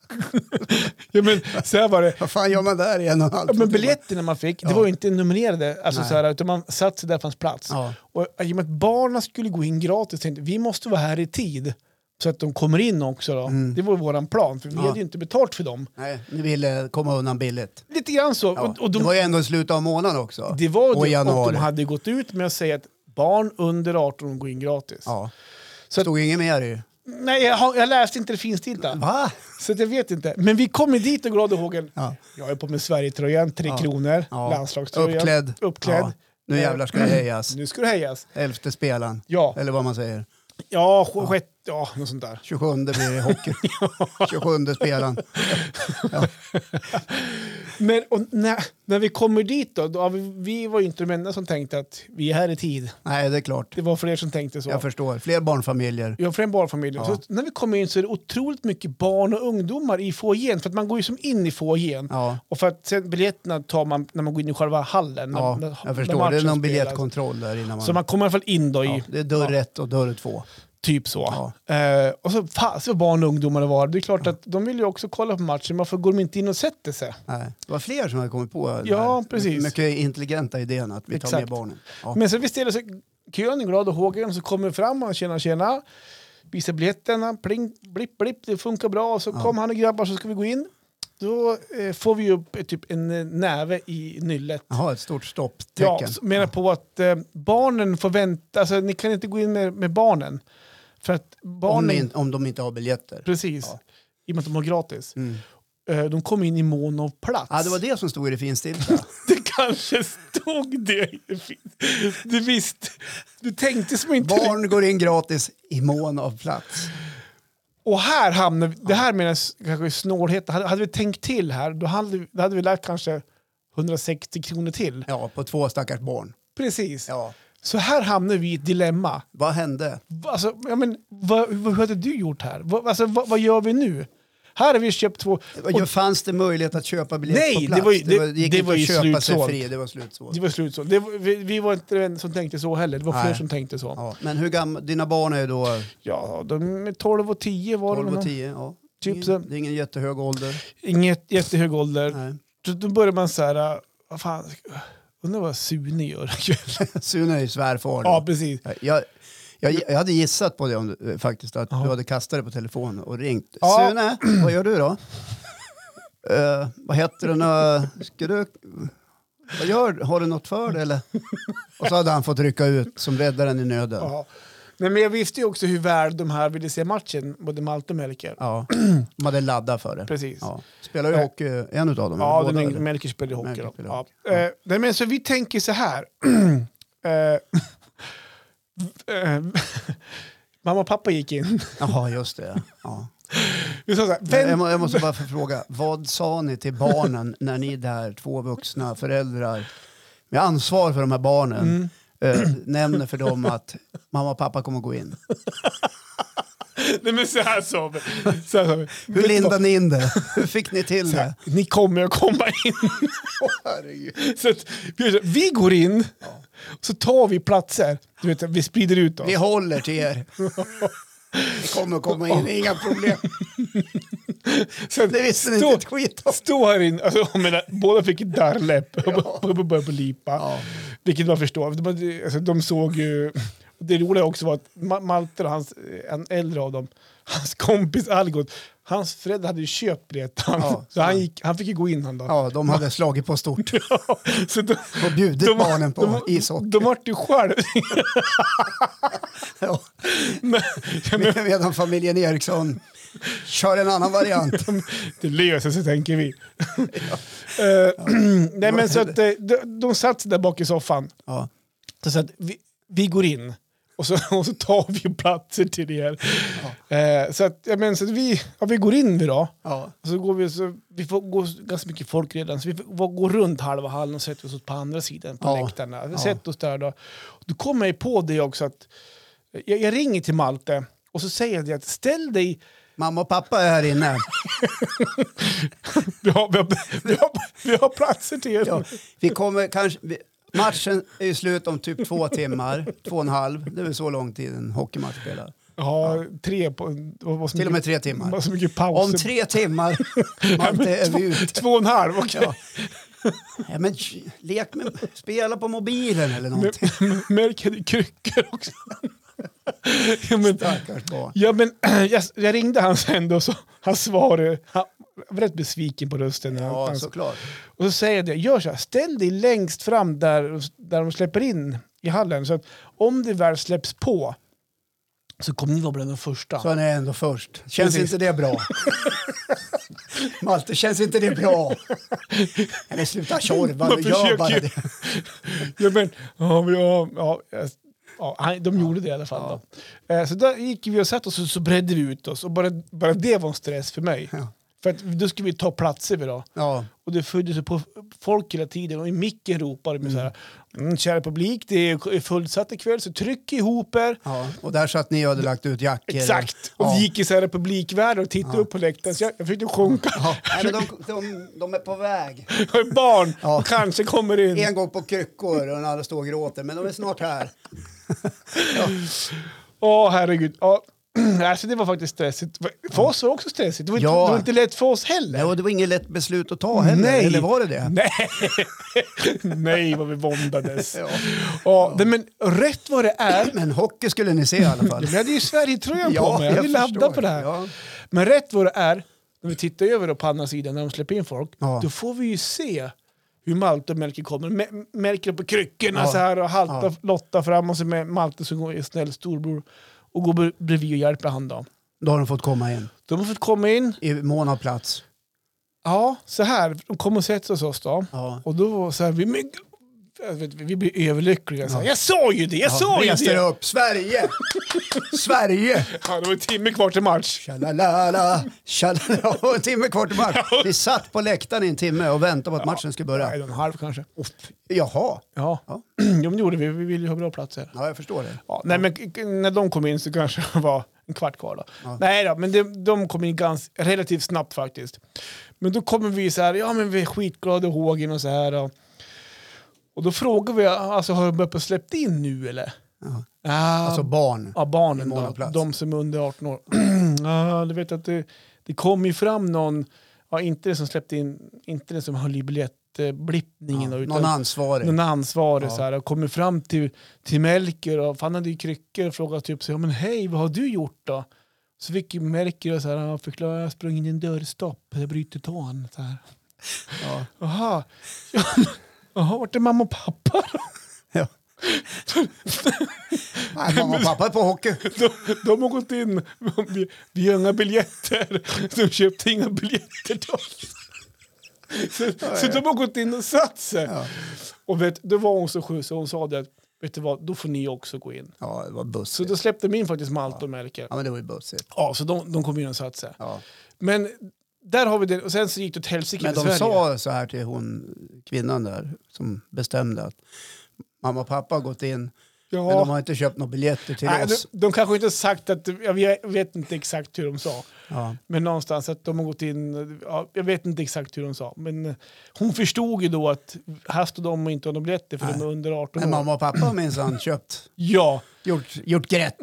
Så här var det. Vad fan gör man där i 1,5? Men biljetterna man fick, det var ju inte numrerade. Alltså så här, utan man satt sig där fanns plats. Och i och med att barnen skulle gå in gratis, tänkte vi måste vara här i tid. Så att de kommer in också då. Det var våran plan, för vi hade ju inte betalt för dem. Nej, ni ville komma undan billigt. Lite grann så. Ja. Och det var ju ändå i slutet av månaden också. Det var och det, och de hade gått ut med att säga att barn under 18 går in gratis. Ja. Så stod inget mer i. Nej, jag läste inte det finstilta. Va? Så jag vet inte. Men vi kom dit och glada ihågen. Jag är på med Sverige-tröjan, 3 kronor. Landslagströjan. Uppklädd. Ja. Nu jävlar ska det hejas. Nu ska det hejas. 11:e spelaren. Ja. Eller vad man säger. Ja, något sånt där. 27 blir det i hockey. 27 spelaren. Men när vi kommer dit då vi var ju inte de enda som tänkte att vi är här i tid. Nej, det är klart. Det var fler som tänkte så. Jag förstår. Fler barnfamiljer. Ja, fler barnfamiljer. Ja. Så när vi kommer in så är det otroligt mycket barn och ungdomar i foajén. För att man går ju som in i foajén. Ja. Och för att sen biljetterna tar man när man går in i själva hallen. Ja, jag förstår. Det är någon biljettkontroll där innan man... Så man kommer i alla fall in då i... det är dörr 1 och dörr 2. Typ så. Ja. Och så barn och ungdomar det var. Det är klart att de vill ju också kolla på matchen. Varför går de inte in och sätter sig? Nej. Det var fler som hade kommit på precis. Mycket intelligenta idén att vi tar med barnen. Ja. Men sen vi ställer sig kön i glad och hågen så kommer vi fram och tjena. Visar biljetterna, pling, blipp, det funkar bra. Och så kom han och grabbar så ska vi gå in. Då får vi upp typ en näve i nyllet. Jaha, ett stort stopptecken. Ja, menar på att barnen får vänta. Alltså ni kan inte gå in med barnen. För att barnen... om de inte har biljetter. Precis. Ja. I och med att de har gratis. De kom in i mån av plats. Ja, det var det som stod i det finstilta. Det kanske stod det. Du visste. Du tänkte som inte... Barn går in gratis i mån av plats. Och här hamnar vi... Det här menar kanske snålhet. Hade vi tänkt till här, då hade vi lagt kanske 160 kronor till. Ja, på 2 stackars barn. Precis. Ja. Så här hamnar vi i ett dilemma. Vad hände? Alltså, vad hade du gjort här? Vad gör vi nu? Här har vi köpt 2... Fanns det möjlighet att köpa biljett på plats? Det var ju slutsålt. Det var slutsålt. Det var slutsålt. Vi var inte den som tänkte så heller. Det var fler som tänkte så. Ja. Men hur gamla... Dina barn är ju då... Ja, de är 12 och 10 var 12 och 10, ja. Typ det är ingen jättehög ålder. Inget jättehög ålder. Nej. Då börjar man så här... Vad fan... Undrar vad Sune gör ikväll. Sune är ju svärfar. Ja, precis. Jag hade gissat på det faktiskt, att du hade kastat det på telefon och ringt. Ja. Sune, vad gör du då? Vad heter den? Ska du Vad gör du? Har du något för det eller? Och så hade han fått rycka ut som räddaren i nöden. Ja. Men jag visste ju också hur väl de här ville se matchen, både Malte och Melker. Ja, de hade laddat för det. Precis. Ja. Spelar ju hockey, en utav dem. Ja, Melker spelar hockey. Ja. Nej, men så vi tänker så här. Mamma och pappa gick in. Jaha, just det. Ja. Vi sa så här, Jag måste bara få fråga, vad sa ni till barnen när ni där, 2 vuxna föräldrar med ansvar för de här barnen, nämner för dem att mamma och pappa kommer gå in? Nej, men så här sa vi. Hur lindade ni in det? Hur fick ni till det? Ni kommer att komma in. Så att, vi går in, så tar vi platser. Du vet, vi sprider ut oss. Vi håller till er. Vi kommer att komma in, inga problem. Så det visste ni inte ett skit om. Stå här inne, alltså, jag menar, båda fick ett darrläpp och började på lipa. Ja. Vilket man förstår. De såg ju... Det roliga också var att Malte och en äldre av dem, hans kompis Algot, hans föräldrar hade ju köpt biljetten. Ja, så han fick ju gå in han då. Ja, de hade slagit på stort. Ja, så och bjudit barnen på ishockey. De var ju själv. Ja. Medan familjen Eriksson kör en annan variant. Det löser sig, tänker vi. Ja. Nej, men så att de satt där bak i soffan. Ja. Så att vi går in. Och så tar vi platser till er. Ja. Så att vi går in vi då. Ja. Och så går vi får gå ganska mycket folk redan. Så vi får gå runt halva hallen och sätter oss på andra sidan på läktarna. Vi sätter oss där då. Då kommer jag på det också att jag ringer till Malte och så säger jag att ställ dig. Mamma och pappa är här inne. vi har platser till er. Ja, vi kommer kanske... Matchen är ju slut om typ 2 timmar, 2,5. Det är väl så lång tid en hockeymatch spelar. Ja, 3 till och med 3 timmar. Var så mycket pauser. Om 3 timmar är vi ute. 2,5, okej. Okay. Ja, men spela på mobilen eller någonting. Märker kryckor också. Stackars barn. Ja, men jag ringde han sen då, så han svarade. Han var rätt besviken på rösten. Ja, såklart. Och så säger jag det, gör så här, ställ dig längst fram där de släpper in i hallen. Så att om det väl släpps på så kommer ni vara bland de första. Så han är ändå först. Känns inte det bra? Malte, känns inte det bra? Eller sluta tjorva och gör bara det. Ja, men, de gjorde det i alla fall. Då. Så då gick vi och satt oss och så bredde vi ut oss. Och bara det var en stress för mig. Ja. För att då skulle vi ta platser vi då. Ja. Och det följde sig på folk hela tiden. Och i micken ropade de så här: kära publik, det är fullsatt ikväll, så tryck ihop er. Ja. Och där satt ni och hade lagt ut jackor. Exakt. Och vi gick i så här publikvärld och tittade upp på läktaren. Så jag fick sjunka. Ja. Nej, men de är på väg. Barn kanske kommer in. En gång på kryckor och en annan står och gråter. Men de är snart här. Herregud. Alltså det var faktiskt stressigt. För oss var det också stressigt. Det var inte lätt för oss heller. Ja, det var inget lätt beslut att ta heller. Nej. Eller var det? Nej. Nej, vad vi våndades. Men rätt vad det är. Men hockey skulle ni se i alla fall. Jag hade ju Sverige-tröjan på mig. Jag vill ladda på det här. Ja. Men rätt vad det är, när vi tittar över på andra sidan när de släpper in folk, då får vi ju se hur Malte och Melker kommer. Melker på kryckorna så här och halta Lotta fram, och så med Malte som går i snäll storbror och går bredvid och hjälper han då. Då har de fått komma in. De har fått komma in. I mån av plats. Ja, så här. De kommer och sätter hos oss då. Ja. Och då så här, vi blir överlyckliga. Så här, jag sa ju det, jag sa ju det. Upp, Sverige! Sverige! Ja, det var en timme kvar till match. Tjalalala, en timme kvar till match. Vi satt på läktaren i en timme och väntade på att matchen skulle börja. 1,5 kanske. Jaha. Ja. Jo, men gjorde vi ville ju ha bra platser. Ja, jag förstår det. Ja, nej, men när de kom in så kanske det var en kvart kvar då. Ja. Nej då, men de kom in ganska relativt snabbt faktiskt. Men då kommer vi så här, men vi är skitglada hågen och så här. Och då frågar vi, alltså har de börjat släppt in nu eller? Ja. Alltså barn. Ja, barnen då. De som är under 18 år. Ja, du vet att det kom ju fram någon, inte det som släppte in, inte det som höll i biljettblippningen. Ja, någon ansvarig. Någon ansvarig så här, och kommer fram till Melker och han hade ju kryckor och frågade typ så, men hej, vad har du gjort då? Så fick ju Melker och så här, förklara, jag sprang in i en dörrstopp, jag bryter tån så här. Ja. Aha. Jaha, vart är mamma och pappa då? Ja. Nej, mamma och pappa är på hockey. De har gått in. Vi har inga biljetter. De köpte inga biljetter till oss. Så de har gått in och satt sig. Ja. Och det var hon så sjuk så hon sa det. Vet du vad, då får ni också gå in. Ja, det var bussigt. Så då släppte de in faktiskt Malte och Melker. Ja, men det var ju bussigt. Ja, så de kom in och satt sig. Ja. Men där har vi det. Och sen så gick det till helsike i Sverige. Men de sa så här till hon, kvinnan där som bestämde att mamma och pappa har gått in. Ja. Men de har inte köpt några biljetter till oss. De kanske inte sagt att, jag vet inte exakt hur de sa. Ja. Men någonstans att de har gått in, jag vet inte exakt hur de sa. Men hon förstod ju då att här står de och inte har några biljetter för de är under 18 år. Men mamma och pappa har minsann köpt. Ja. Gjort grätt.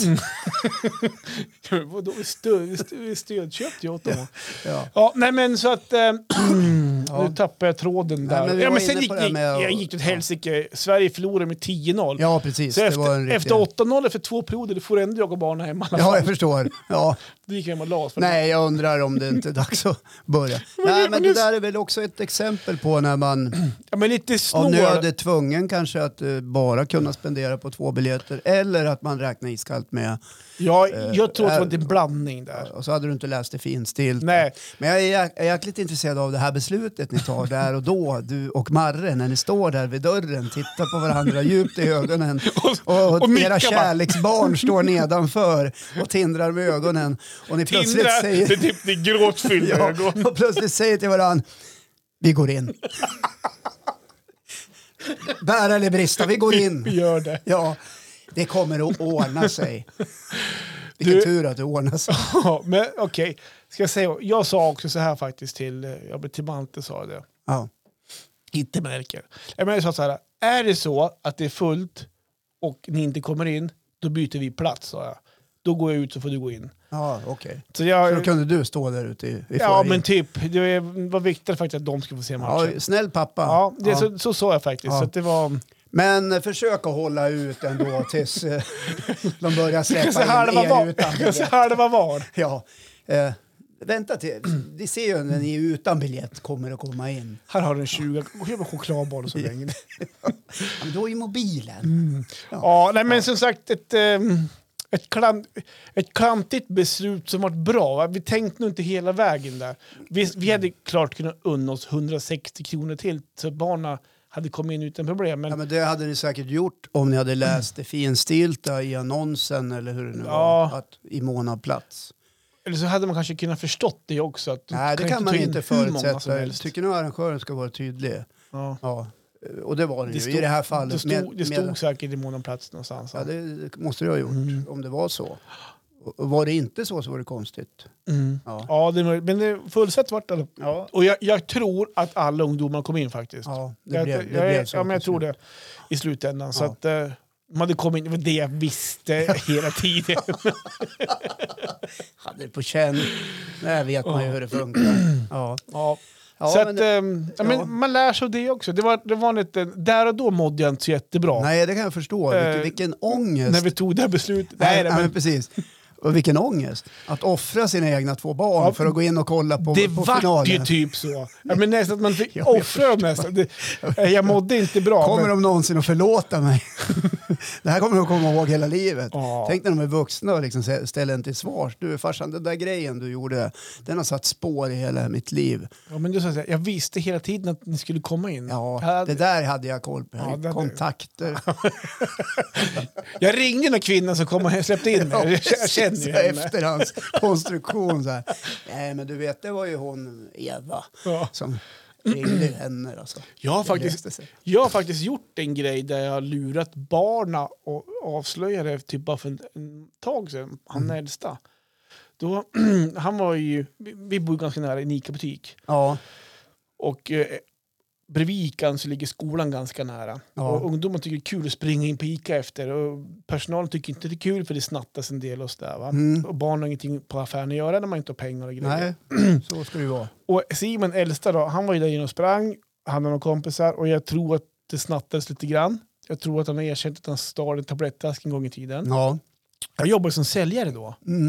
Vadå? Stödköpt ju åt dem. Ja, nej men så att nu tappar jag tråden där. Nej, men sen gick det åt helsike. Sverige förlorade med 10-0. Ja, precis. Så efter 8-0 för 2 perioder, det får ändå jag och barnen hem. Ja, jag förstår. Ja. Det gick hem och las. Nej, jag undrar om det inte är dags att börja. Men det där är väl också ett exempel på när man lite av nöd är tvungen kanske att bara kunna spendera på 2 biljetter. Eller att man räknar iskallt med... Ja, jag tror att det var en blandning där. Och så hade du inte läst det finstilt. Nej. Men jag är jäkligt intresserad av det här beslutet ni tar där och då. Du och Marre, när ni står där vid dörren, tittar på varandra djupt i ögonen. Och era kärleksbarn står nedanför och tindrar med ögonen. Och ni plötsligt säger... Det är typ det gråtfyllda ögon. Och plötsligt säger till varandra, vi går in. Bära eller brista, vi går in. Vi gör det. Ja, det kommer att ordna sig. Vilken tur att det ordnar sig. Ja, men okej. Ska jag säga, jag sa också så här faktiskt till Malte sa det. Ja. Inte märker. Jag sa så här, är det så att det är fullt och ni inte kommer in, då byter vi plats, sa jag. Då går jag ut så får du gå in. Ja, okej. Så då kunde du stå där ute i ja, men typ. Det var viktigt faktiskt att de skulle få se matchen. Ja, snäll pappa. Ja, så sa jag faktiskt. Ja. Så att det var... Men försök att hålla ut ändå tills de börjar släppa in utan. Kanske halva var. Ja. Vänta till. De ser ju när ni är utan biljett kommer att komma in. Här har du en 20 chokladboll så länge. Ja, men då är mobilen. Mm. Ja, nej, men som sagt ett klantigt beslut som var bra. Vi tänkte nog inte hela vägen där. Vi hade klart kunnat unna oss 160 kronor till så barnen hade kommit in utan problem. Men... Ja, men det hade ni säkert gjort om ni hade läst det finstilta i annonsen eller hur det nu var, att i månadplats. Eller så hade man kanske kunnat förstått det också. Att nej, det kan man inte förutsätta. Tycker nog arrangören ska vara tydlig. Ja. Och det var det ju i det här fallet. Det stod säkert i månadplats någonstans. Ja, det måste det ha gjort om det var så. Och var det inte så var det konstigt. Mm. Ja, men det fullsatt vart det. Ja. Och jag tror att alla ungdomar kom in faktiskt. Ja, det blev så. Ja, men jag tror det i slutändan. Ja. Så att man hade kommit in, det var det jag visste hela tiden. Hade det på känn. Nej, vet man ju hur det funkar. Ja. Så att, men man lär sig av det också. Det var lite, där och då mådde jag inte så jättebra. Nej, det kan jag förstå. Vilken ångest. När vi tog det här beslutet. Nej, men precis. Och vilken ångest. Att offra sina egna 2 barn för att gå in och kolla på finalen. Det var ju typ så. Men nästan att man fick offra dem nästan. Jag mådde inte bra. Kommer de någonsin att förlåta mig? Det här kommer de att komma ihåg hela livet. Tänk när de är vuxna och liksom ställer en till svars. Du farsan, den där grejen du gjorde, den har satt spår i hela mitt liv. Ja, men du sa jag visste hela tiden att ni skulle komma in. Ja, det där hade jag koll på. Kontakter. Jag ringde en kvinna som kom och släppte in mig. Jag känner ju henne. Efter hans konstruktion så här. Nej, men du vet, det var ju hon Eva som ringde henne. Alltså. Jag har faktiskt gjort en grej där jag har lurat barna och avslöjade typ bara för en tag sedan. Han äldsta. Då, han var ju, vi bor ganska nära en ICA-butik. Ja. Och bredvid ICA så ligger skolan ganska nära. Ja. Och ungdomar tycker det är kul att springa in på ICA efter. Och personalen tycker inte det är kul för det snattas en del och sådär. Va? Och barn har ingenting på affären att göra när man inte har pengar och grejer. Nej, så ska det vara. Och Simon äldsta då, han var ju där inne och sprang. Han hade några kompisar och jag tror att det snattades lite grann. Jag tror att han har erkänt att han stal en tablettask en gång i tiden. Ja. Jag jobbade som säljare då.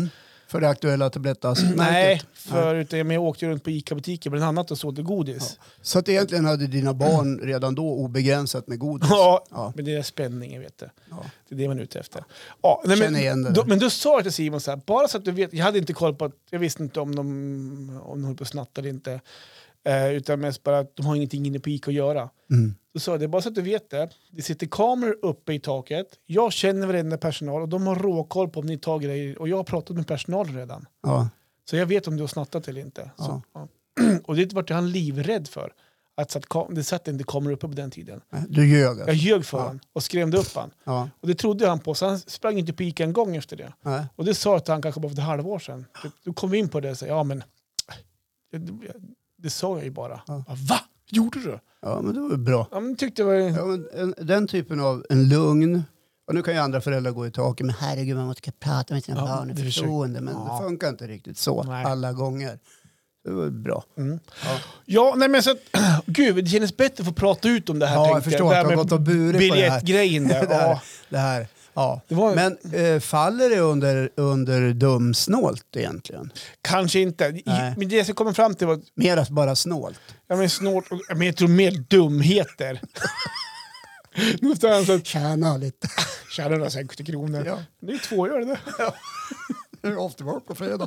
För det aktuella tablettas? Nej, jag åkte runt på ICA-butiker bland annat och sålde godis. Ja. Så att egentligen hade dina barn redan då obegränsat med godis? Ja. Men det är spänningen, vet du. Ja. Det är det man är ute efter. Ja, men då sa jag till Simon så här, bara så att du vet, jag hade inte koll på att, jag visste inte om de höll på att snatta eller inte. Utan mest bara att de har ingenting inne på ICA att göra. Då sa jag, det är bara så att du vet det. Det sitter kameror uppe i taket. Jag känner varenda personal och de har råkoll på om ni tar grejer. Och jag har pratat med personal redan. Ja. Så jag vet om du har snattat eller inte. Ja. Så, ja. Och det var han livrädd för. Att det satt inte kameror uppe på den tiden. Du ljög alltså. Jag ljög för han och skrämde upp han. Ja. Och det trodde han på. Så han sprang inte på ICA en gång efter det. Ja. Och det sa att han kanske bara för ett halvår sedan. Då kom vi in på det och sa, ja men... Det sa jag ju bara. Ja. Va? Gjorde du? Ja, men det var bra. Ja, men tyckte jag... Ja, men den typen av en lugn... Och nu kan ju andra föräldrar gå i taket. Men herregud, man måste prata med sina barn i förtroende. Men det funkar inte riktigt så alla gånger. Det var bra. Ja, nej men så att... Gud, det känns bättre att få prata ut om det här. Ja, jag förstår att du har gått och burit på det här. Biljettgrejen där. det här. Ja. Men faller det under dumsnålt egentligen? Kanske inte. Men det jag kommer fram till var... Mer att bara snålt. Ja, men snålt. Men jag tror mer dumheter. Någonstans att... Tjäna lite. Tjäna några 60 kronor. Ja. Det är 2 år det. Ja. Det är ofta var på fredag.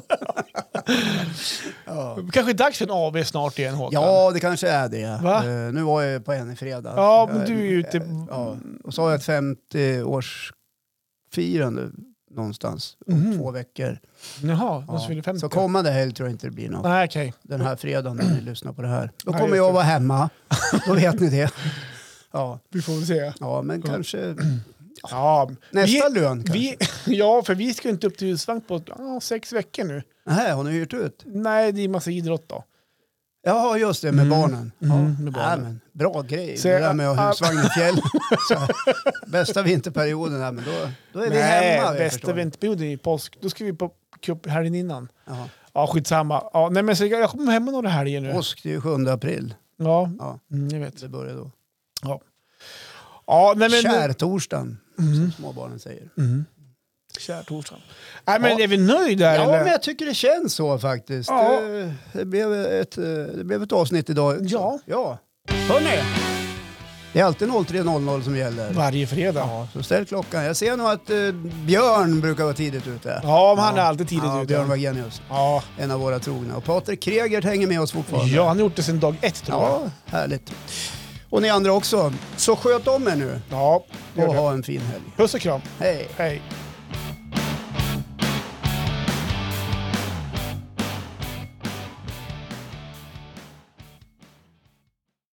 Ja. Kanske dags för en AV snart igen, Håkan. Ja, det kanske är det. Nu var jag på en i fredag. Ja, men du är ute... Och så har jag ett 50-årsfirande någonstans om 2 veckor. Jaha, de fyller 50. Så kommande helg tror jag inte det blir något. Nej, okej. Den här fredagen när ni lyssnar på det här. Då kommer jag vara hemma. Då vet ni det. Ja. Vi får väl se. Ja, men kanske... Ja, nästa lön kanske. Ja, för vi ska inte upp till husvagn på 6 veckor nu. Nej, har ni hyrt ut? Nej, det är massa idrott då. Ja, just det, med barnen. Med barnen. Ja, men, bra grej. Så, det där med att ha husvagn i fjäll. Bästa vinterperioden här, men då är vi hemma. Nej, bästa vinterperioden i påsk. Då ska vi på cup helgen innan. Jaha. Ja, skitsamma. Ja, nej, men så jag kommer hemma några helger nu. Påsk, det är ju 7 april. Ja. Jag vet. Det börjar då. Ja. Ja, nej, men... Kärtorsdagen, som småbarnen säger. Kärtorsdagen. Nej, men är vi nöjda? Ja, men jag tycker det känns så faktiskt. Ja. Det blev ett avsnitt idag. Ja. Hörrni! Det är alltid 03.00 som gäller. Varje fredag. Ja, så ställ klockan. Jag ser nog att Björn brukar vara tidigt ute. Ja, men han är alltid tidigt ute. Björn var genius. Ja. En av våra trogna. Och Patrik Kregert hänger med oss fortfarande. Ja, han har gjort det sedan dag 1 tror jag. Ja, härligt. Och ni andra också. Så sköt om er nu. Ja. Och ha en fin helg. Puss och kram. Hej. Hej.